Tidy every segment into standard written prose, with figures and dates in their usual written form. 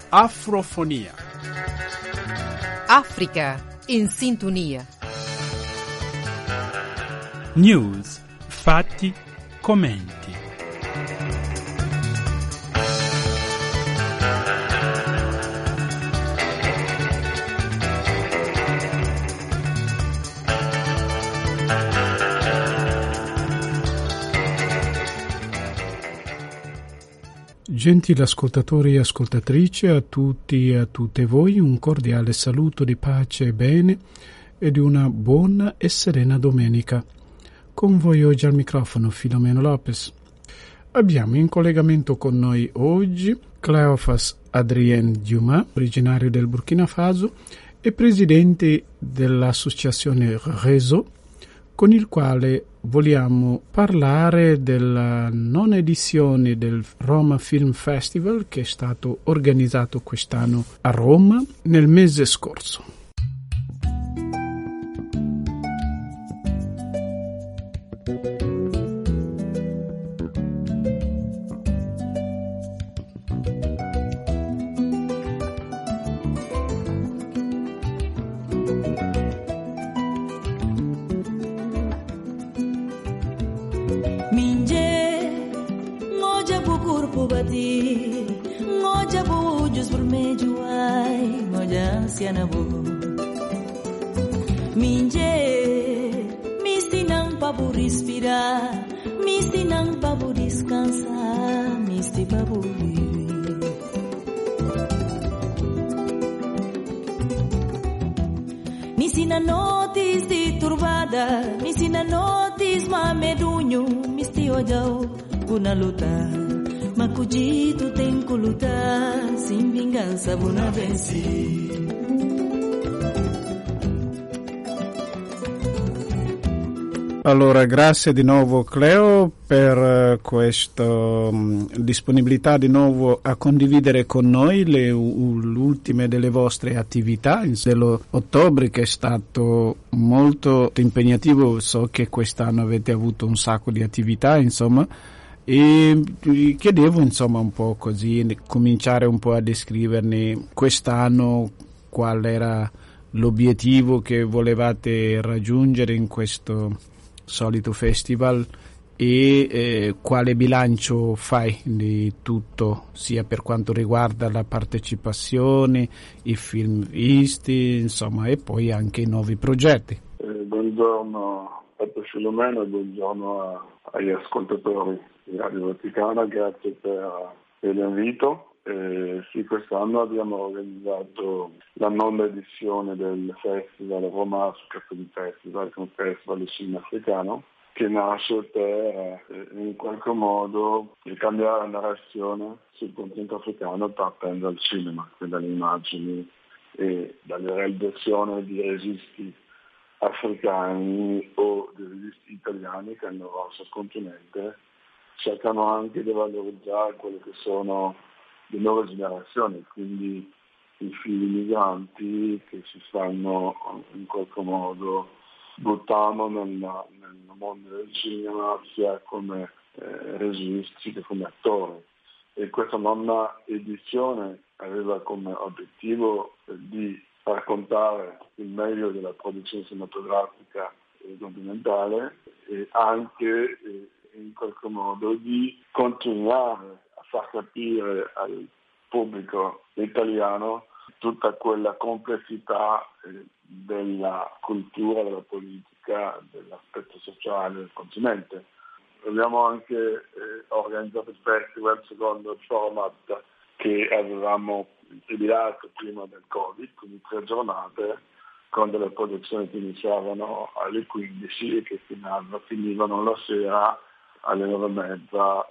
Afrofonia. Africa in sintonia. News, fatti, commenti. Gentili ascoltatori e ascoltatrici, a tutti e a tutte voi un cordiale saluto di pace e bene e di una buona e serena domenica. Con voi oggi al microfono Filomeno Lopez. Abbiamo in collegamento con noi oggi Cleophas Adrien Dumas, originario del Burkina Faso e presidente dell'associazione Réseau, con il quale vogliamo parlare della nona edizione del Roma Film Festival che è stato organizzato quest'anno a Roma nel mese scorso. Una luta, ma cugito tem que lutar, sem vingança una venci. Allora, grazie di nuovo Cleo per questa disponibilità di nuovo a condividere con noi le ultime delle vostre attività dell'ottobre, che è stato molto impegnativo. So che quest'anno avete avuto un sacco di attività, insomma, e chiedevo insomma un po' così, cominciare un po' a descriverne quest'anno, qual era l'obiettivo che volevate raggiungere in questo solito festival e quale bilancio fai di tutto, sia per quanto riguarda la partecipazione, i film visti, insomma, e poi anche i nuovi progetti. Buongiorno a Filomeno e buongiorno agli ascoltatori di Radio Vaticana, grazie per l'invito. Sì, quest'anno abbiamo organizzato la nona edizione del Festival Roma Africa Film Festival, che è un festival di cinema africano, che nasce per in qualche modo cambiare la narrazione sul continente africano partendo dal cinema, quindi dalle immagini e dalle realizzazioni di registi africani o di registi italiani che hanno rosso il continente, cercano anche di valorizzare quelle che sono le nuove generazioni, quindi i figli migranti che si stanno in qualche modo buttando nel mondo del cinema, sia come registi che come attori. E questa nona edizione aveva come obiettivo di raccontare il meglio della produzione cinematografica continentale e anche in qualche modo di continuare a far capire al pubblico italiano tutta quella complessità della cultura, della politica, dell'aspetto sociale del continente. Abbiamo anche organizzato il festival secondo il format che avevamo ideato prima del Covid, quindi 3 giornate con delle proiezioni che iniziavano alle 15 e che finivano la sera alle 9:30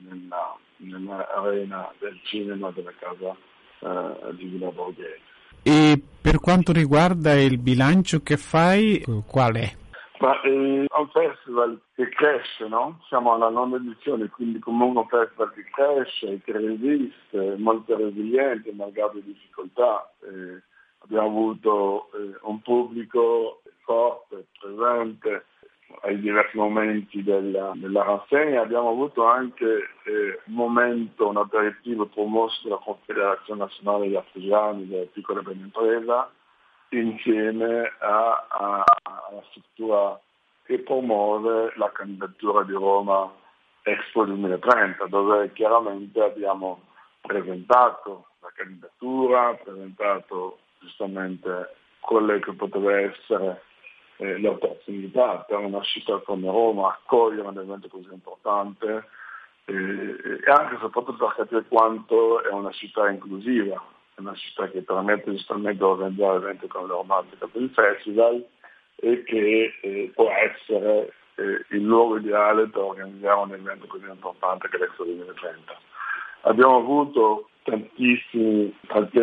nell'arena del cinema della casa di Villa Borghese. E per quanto riguarda il bilancio che fai, qual è? Ma è un festival che cresce, no? Siamo alla nona edizione, quindi comunque un festival che cresce, che resiste, molto resiliente, malgrado le difficoltà. Abbiamo avuto un pubblico forte, presente ai diversi momenti della rassegna. Abbiamo avuto anche momento, un aperitivo promosso dalla Confederazione Nazionale degli Artigiani delle Piccole e Medie Imprese, insieme alla struttura che promuove la candidatura di Roma Expo 2030, dove chiaramente abbiamo presentato la candidatura, presentato giustamente quelle che poteva essere le opportunità per una città come Roma accogliere un evento così importante e anche e soprattutto per capire quanto è una città inclusiva, è una città che permette giustamente di organizzare eventi come la Romantica per il Festival e che può essere il luogo ideale per organizzare un evento così importante che è l'Expo 2030. Abbiamo avuto tantissimi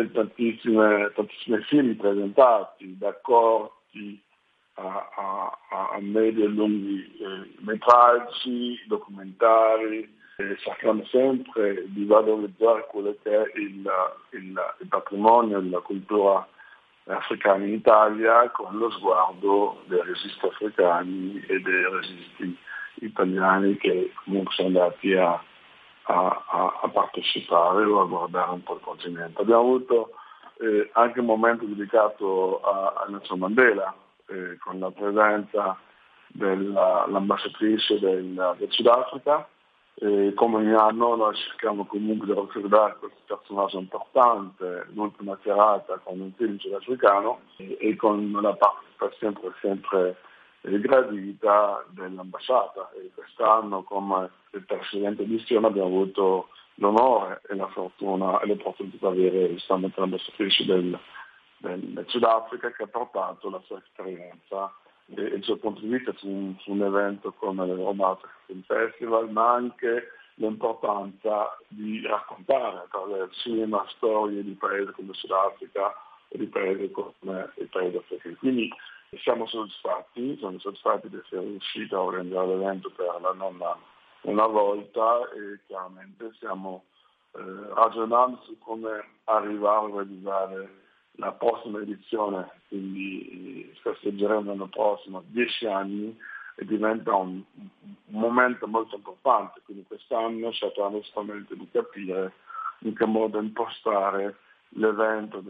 film presentati, da corti a medio e lunghi metraggi, documentari, cercando sempre di valorizzare quello che è il patrimonio, la cultura africana in Italia, con lo sguardo dei registi africani e dei registi italiani che comunque sono andati a partecipare o a guardare un po' il continente. Abbiamo avuto anche un momento dedicato a Nelson Mandela, con la presenza dell'ambasciatrice del Sudafrica. Come ogni anno noi cerchiamo comunque di ricordare questo personaggio importante, l'ultima serata con un film sudafricano e con la partecipazione sempre gradita dell'ambasciata. E quest'anno, come precedente edizione, abbiamo avuto l'onore e la fortuna e l'opportunità di avere giustamente l'ambasciatrice del Sudafrica, che ha portato la sua esperienza e il suo punto di vista su un evento come il Roma Film Festival, ma anche l'importanza di raccontare attraverso il cinema storie di paesi come il Sudafrica e di paesi come il paese africano. Quindi siamo soddisfatti di essere riusciti a organizzare l'evento per la nonna una volta e chiaramente stiamo ragionando su come arrivare a realizzare la prossima edizione, quindi festeggeremo l'anno prossimo 10 anni e diventa un momento molto importante, quindi quest'anno cerchiamo giustamente di capire in che modo impostare l'evento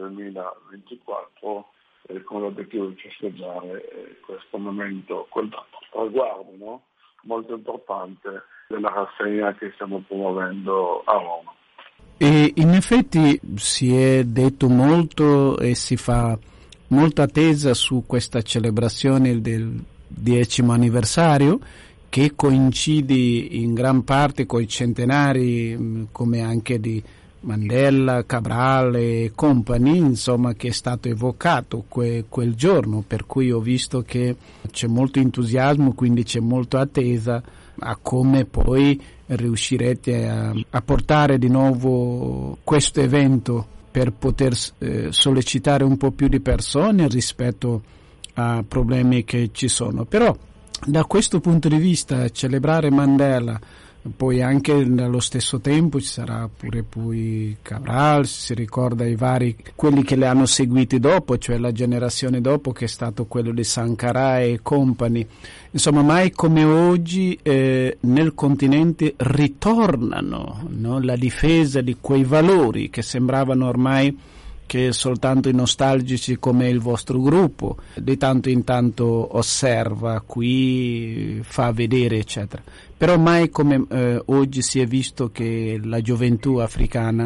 2024 con l'obiettivo di festeggiare questo momento, quel traguardo, no? Molto importante della rassegna che stiamo promuovendo a Roma. E in effetti si è detto molto e si fa molta attesa su questa celebrazione del 10° anniversario, che coincide in gran parte con i centenari come anche di Mandela, Cabral e compagni, insomma, che è stato evocato quel giorno, per cui ho visto che c'è molto entusiasmo, quindi c'è molta attesa a come poi riuscirete a portare di nuovo questo evento per poter sollecitare un po' più di persone rispetto a problemi che ci sono. Però da questo punto di vista celebrare Mandela, poi anche nello stesso tempo ci sarà pure poi Cabral, si ricorda i vari, quelli che le hanno seguiti dopo, cioè la generazione dopo, che è stato quello di Sankara e compagni. Insomma, mai come oggi nel continente ritornano, no, la difesa di quei valori che sembravano ormai che soltanto i nostalgici come il vostro gruppo di tanto in tanto osserva, qui fa vedere eccetera. Però mai come oggi si è visto che la gioventù africana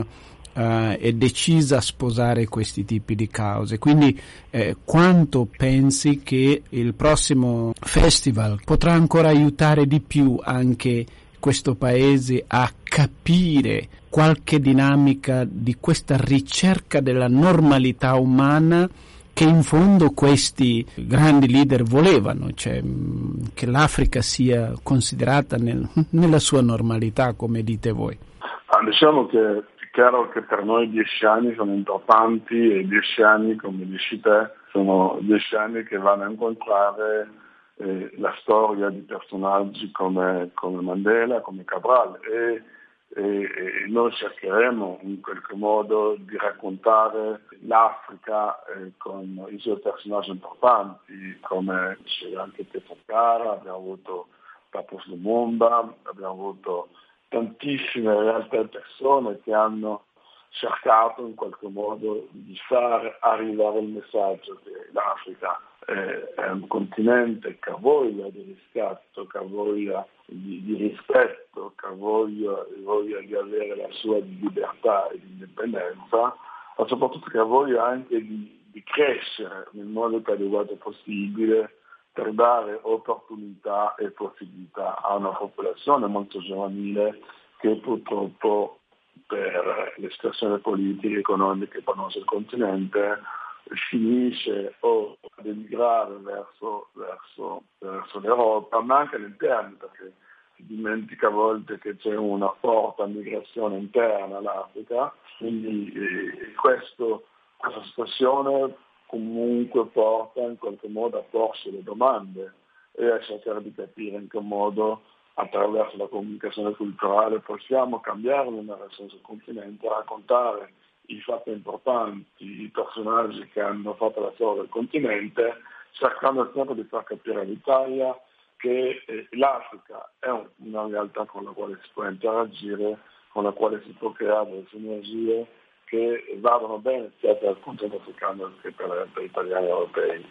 è decisa a sposare questi tipi di cause. Quindi quanto pensi che il prossimo festival potrà ancora aiutare di più anche questo paese a capire qualche dinamica di questa ricerca della normalità umana che in fondo questi grandi leader volevano, cioè che l'Africa sia considerata nella sua normalità, come dite voi? Diciamo che è chiaro che per noi 10 anni sono importanti e 10 anni, come dici te, sono 10 anni che vanno a incontrare la storia di personaggi come Mandela, come Cabral e noi cercheremo in qualche modo di raccontare l'Africa con i suoi personaggi importanti, come c'è anche Sankara, abbiamo avuto Patrice Lumumba, abbiamo avuto tantissime realtà e persone che hanno cercato in qualche modo di far arrivare il messaggio che l'Africa è un continente che ha voglia di riscatto, che ha voglia di rispetto, che ha voglia di avere la sua libertà e di indipendenza, ma soprattutto che ha voglia anche di crescere nel modo più adeguato possibile per dare opportunità e possibilità a una popolazione molto giovanile che purtroppo per le situazioni politiche e economiche che conosce il continente finisce o ad emigrare verso l'Europa, ma anche all'interno, perché si dimentica a volte che c'è una forte migrazione interna all'Africa, quindi questa situazione comunque porta in qualche modo a porsi le domande e a cercare di capire in che modo attraverso la comunicazione culturale possiamo cambiare la narrazione sul continente, raccontare i fatti importanti, i personaggi che hanno fatto la storia del continente, cercando sempre di far capire all'Italia che l'Africa è una realtà con la quale si può interagire, con la quale si può creare delle sinergie che vadano bene sia per il continente africano che per gli italiani e europei.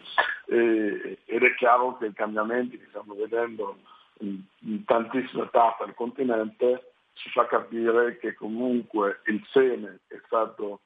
Ed è chiaro che i cambiamenti che stiamo vedendo in tantissime parti del continente ci fa capire che comunque il seme è stato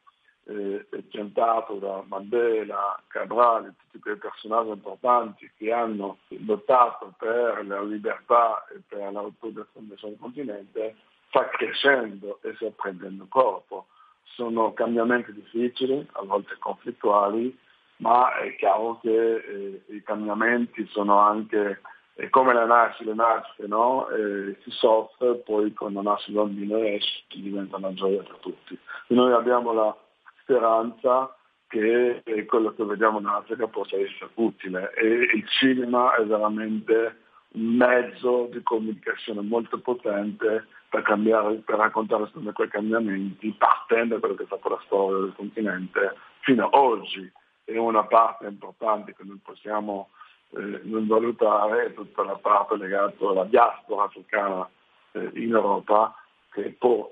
piantato da Mandela, Cabral, tutti quei personaggi importanti che hanno lottato per la libertà e per l'autodeterminazione del continente, sta crescendo e sta prendendo corpo. Sono cambiamenti difficili, a volte conflittuali, ma è chiaro che i cambiamenti sono anche come le nascite, no? Si soffre, poi quando nasce il bambino esce, diventa una gioia per tutti. E noi abbiamo la speranza che quello che vediamo in Africa possa essere utile e il cinema è veramente un mezzo di comunicazione molto potente per raccontare quei cambiamenti, partendo da quello che è stata la storia del continente fino ad oggi. È una parte importante che non possiamo non valutare, è tutta la parte legata alla diaspora africana in Europa, che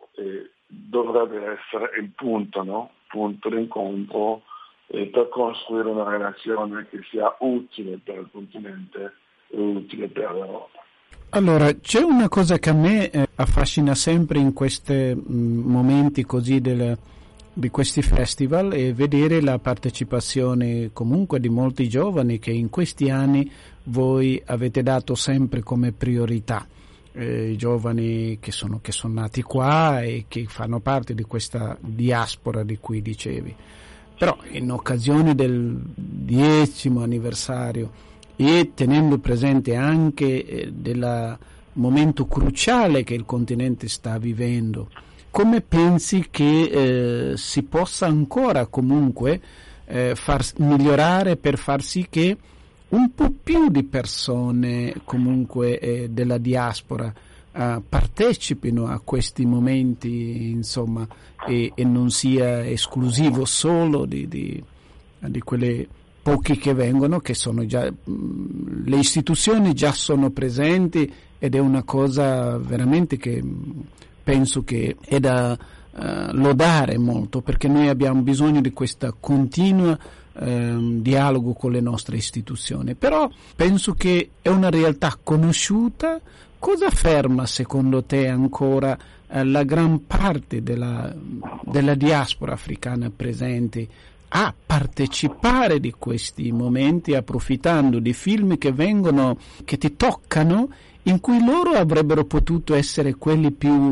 dovrebbe essere il punto, no? Punto d'incontro per costruire una relazione che sia utile per il continente e utile per l'Europa. Allora, c'è una cosa che a me affascina sempre in questi momenti così di questi festival è vedere la partecipazione comunque di molti giovani che in questi anni voi avete dato sempre come priorità. I giovani che sono nati qua e che fanno parte di questa diaspora di cui dicevi. Però in occasione del 10° anniversario e tenendo presente anche del momento cruciale che il continente sta vivendo, come pensi che si possa ancora comunque far migliorare per far sì che un po' più di persone comunque della diaspora partecipino a questi momenti, insomma, e non sia esclusivo solo di quelle pochi che vengono, che sono già le istituzioni già sono presenti ed è una cosa veramente che penso che è da lodare molto, perché noi abbiamo bisogno di questa continua dialogo con le nostre istituzioni. Però penso che è una realtà conosciuta. Cosa ferma secondo te ancora la gran parte della diaspora africana presente a partecipare di questi momenti, approfittando di film che ti toccano, in cui loro avrebbero potuto essere quelli più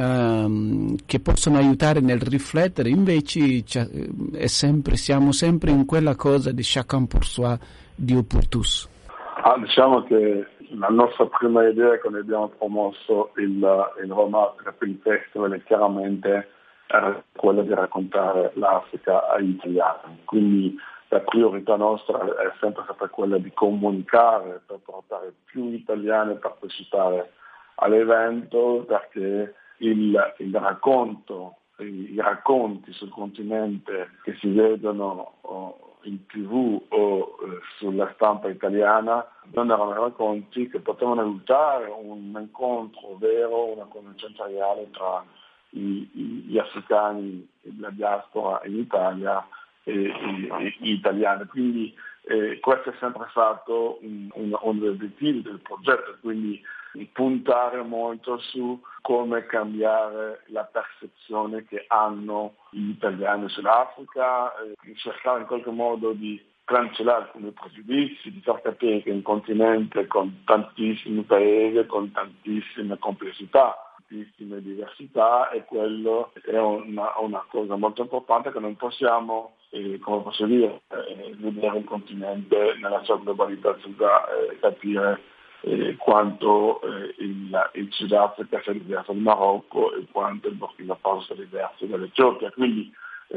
che possono aiutare nel riflettere, invece siamo sempre in quella cosa di chacun pour soi, Dieu pour tous. Diciamo che la nostra prima idea quando abbiamo promosso il Roma Africa Film Festival è chiaramente era quella di raccontare l'Africa agli italiani, quindi la priorità nostra è sempre stata quella di comunicare per portare più italiani a partecipare all'evento, perché i racconti sul continente che si vedono in TV o sulla stampa italiana non erano racconti che potevano aiutare un incontro vero, una connessione reale tra gli africani, la diaspora in Italia e gli italiani. Quindi questo è sempre stato uno degli obiettivi del progetto, quindi puntare molto su come cambiare la percezione che hanno gli italiani sull'Africa, cercare in qualche modo di cancellare alcuni pregiudizi, di far capire che è un continente con tantissimi paesi, con tantissime complessità, tantissime diversità, e quello è una cosa molto importante, che non possiamo, come posso dire, vedere il continente nella sua globalità senza capire quanto il Sudafrica sia diverso dal Marocco e quanto il Burkina Faso sia diverso dall'Etiopia. Quindi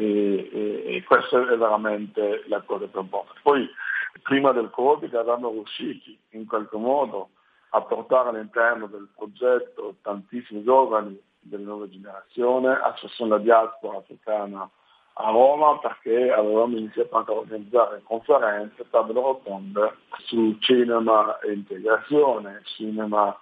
questa è veramente la cosa più importante. Poi prima del Covid eravamo riusciti in qualche modo a portare all'interno del progetto tantissimi giovani delle nuove generazioni, associazione alla diaspora africana a Roma, perché avevamo iniziato anche a organizzare conferenze, tavole rotonde su cinema e integrazione, cinema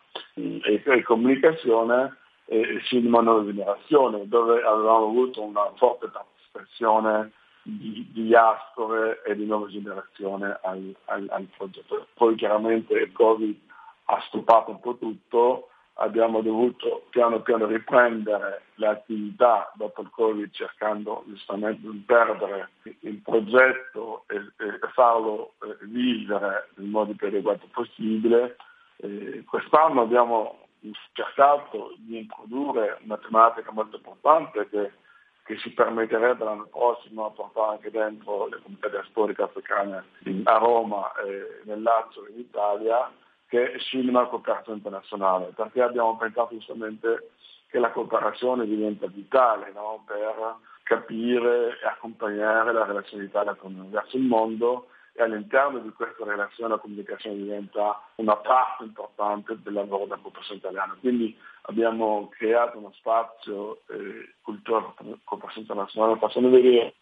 e comunicazione e cinema nuova generazione, dove avevamo avuto una forte partecipazione di diaspore e di nuova generazione al progetto. Poi chiaramente il Covid ha stoppato un po' tutto, abbiamo dovuto piano piano riprendere le attività dopo il Covid, cercando giustamente di perdere il progetto e farlo vivere nel modo più adeguato possibile. Quest'anno abbiamo cercato di introdurre una tematica molto importante che ci permetterebbe l'anno prossimo a portare anche dentro le comunità diasporiche africane a Roma, nel Lazio e in Italia, che è cinema e cooperazione internazionale, perché abbiamo pensato giustamente che la cooperazione diventa vitale, no? Per capire e accompagnare la relazione d'Italia con verso il mondo, e all'interno di questa relazione la comunicazione diventa una parte importante del lavoro della cooperazione italiana. Quindi abbiamo creato uno spazio cultura e cooperazione internazionale, facendo vedere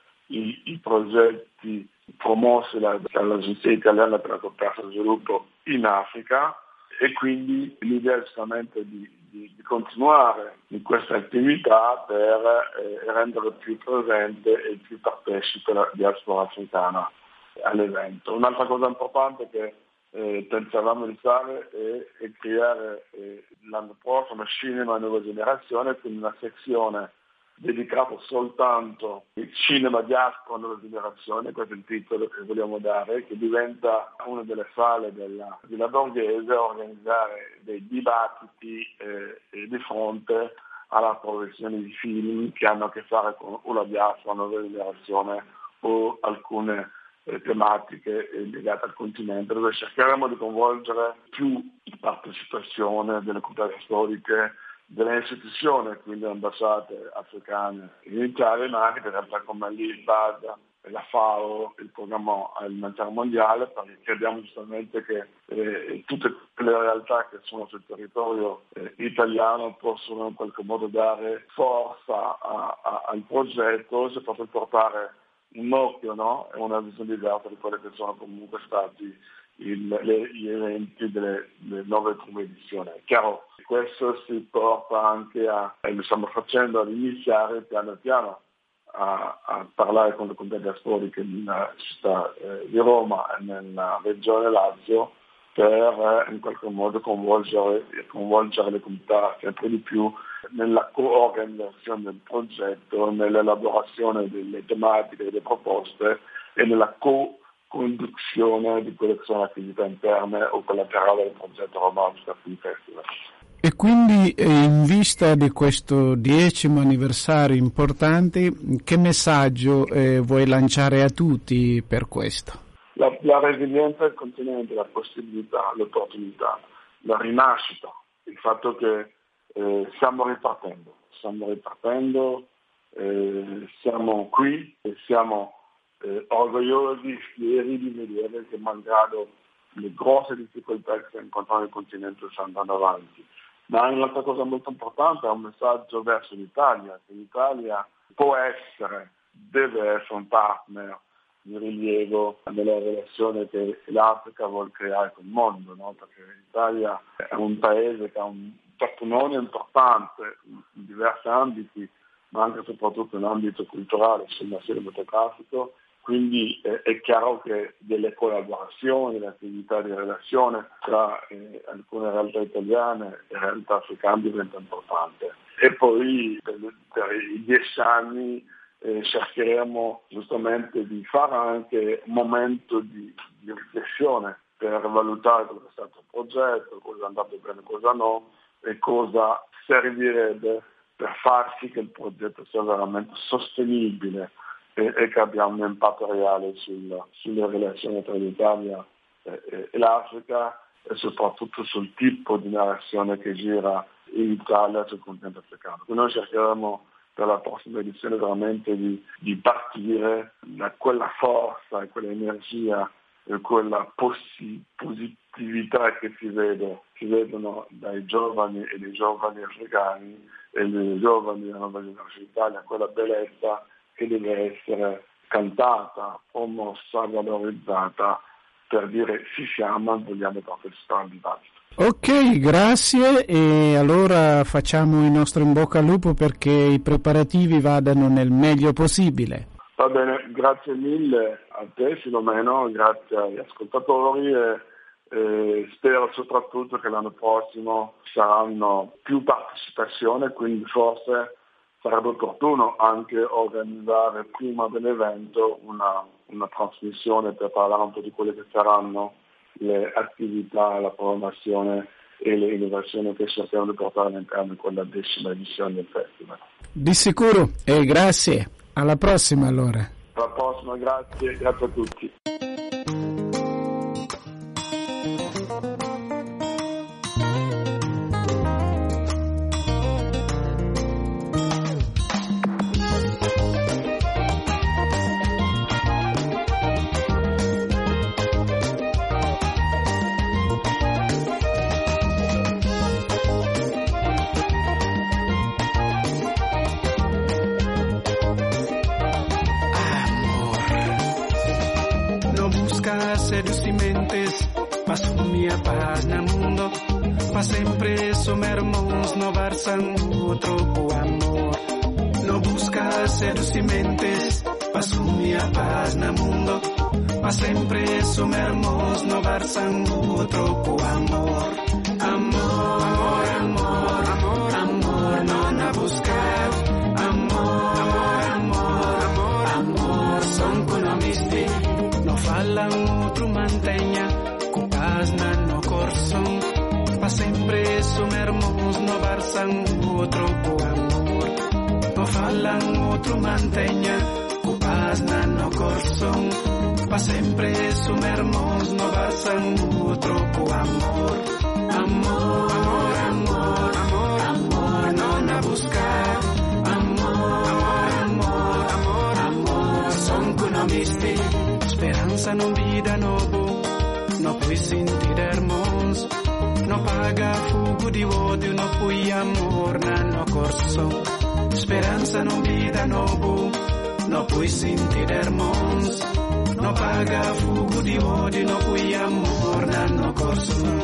i progetti promossi dall'Agenzia Italiana per la Cooperazione e lo Sviluppo in Africa, e quindi l'idea è giustamente di continuare in questa attività per rendere più presente e più partecipe la diaspora africana all'evento. Un'altra cosa importante che pensavamo di fare è creare l'anno prossimo cinema nuova generazione, quindi una sezione dedicato soltanto al cinema diaspora nuova generazione, questo è il titolo che vogliamo dare, che diventa una delle sale della Borghese a organizzare dei dibattiti di fronte alla produzione di film che hanno a che fare con o la diaspora nuova generazione o alcune tematiche legate al continente, dove cercheremo di coinvolgere più partecipazione delle comunità storiche, delle istituzioni, quindi ambasciate africane in Italia, ma anche in realtà come l'ISBAD, la FAO, il programma alimentare mondiale, perché crediamo giustamente che tutte le realtà che sono sul territorio italiano possono in qualche modo dare forza al progetto, se possono portare un occhio, no? E una visione diversa di quelli che sono comunque stati gli eventi delle nuove prime edizioni. È chiaro, questo si porta anche lo stiamo facendo ad iniziare piano piano a parlare con le comunità diasporiche nella città di Roma e nella regione Lazio, per in qualche modo coinvolgere le comunità sempre di più nella coorganizzazione del progetto, nell'elaborazione delle tematiche, delle proposte e nella conduzione di quelle che sono le attività interne o collaterali del progetto Roma Film Festival. E quindi in vista di questo 10° anniversario importante, che messaggio vuoi lanciare a tutti per questo? La resilienza del continente, la possibilità, l'opportunità, la rinascita, il fatto che stiamo ripartendo, siamo qui e siamo orgogliosi, fieri di vedere che malgrado le grosse difficoltà che sta incontrando il continente sta andando avanti. Ma un'altra cosa molto importante è un messaggio verso l'Italia, che l'Italia può essere, deve essere un partner di rilievo nella relazione che l'Africa vuole creare con il mondo, no? Perché l'Italia è un paese che ha un patrimonio importante in diversi ambiti, ma anche e soprattutto in ambito culturale, cinematografico, quindi è chiaro che delle collaborazioni, delle attività di relazione tra alcune realtà italiane e realtà africane diventa importante. E poi per i 10 anni cercheremo giustamente di fare anche un momento di riflessione per valutare cosa è stato il progetto, cosa è andato bene, cosa no, e cosa servirebbe per far sì che il progetto sia veramente sostenibile e che abbia un impatto reale sulle relazioni tra l'Italia e l'Africa e soprattutto sul tipo di narrazione che gira in Italia sul continente africano. Quindi noi cercheremo per la prossima edizione veramente di partire da quella forza e quell'energia e quella positività che si vedono dai giovani e dei giovani africani e dei giovani della nuova generazione d'Italia, quella bellezza che deve essere cantata, promossa, valorizzata per dire ci siamo e vogliamo partecipare al dibattito. Ok, grazie, e allora facciamo il nostro in bocca al lupo perché i preparativi vadano nel meglio possibile. Va bene, grazie mille a te Filomeno, grazie agli ascoltatori e spero soprattutto che l'anno prossimo saranno più partecipazione, quindi forse sarebbe opportuno anche organizzare prima dell'evento una trasmissione per parlare un po' di quelle che saranno le attività, la programmazione e le innovazioni che cerchiamo di portare all'interno di quella 10ª edizione del festival. Di sicuro, e grazie. Alla prossima allora. Alla prossima, grazie a tutti. Seduzimentes, pa sumia paz na mundo, pa sempre sumermos no barsan outro amor. No busca seduzimentes, pa sumia paz na mundo, pa sempre sumermos no barsan outro amor. Amor, amor, amor, amor, no na buscar. Amor, amor, amor, amor, son conomisti, no falan. Mantenha com paz no coração, para sempre sumermos no barsan outro amor. No falam outro mantenha com paz no coração, para sempre sumermos no barsan outro amor. Amor, amor, amor, amor, não na buscar. Amor, amor, amor, amor, son conomisti. Speranza non vida novo, no puoi sentir hermos, no paga fugo di odio, no puoi amor no corso. Speranza non vida novo, no puoi sentir hermos, no paga fugo di odio, no puoi amor no corso.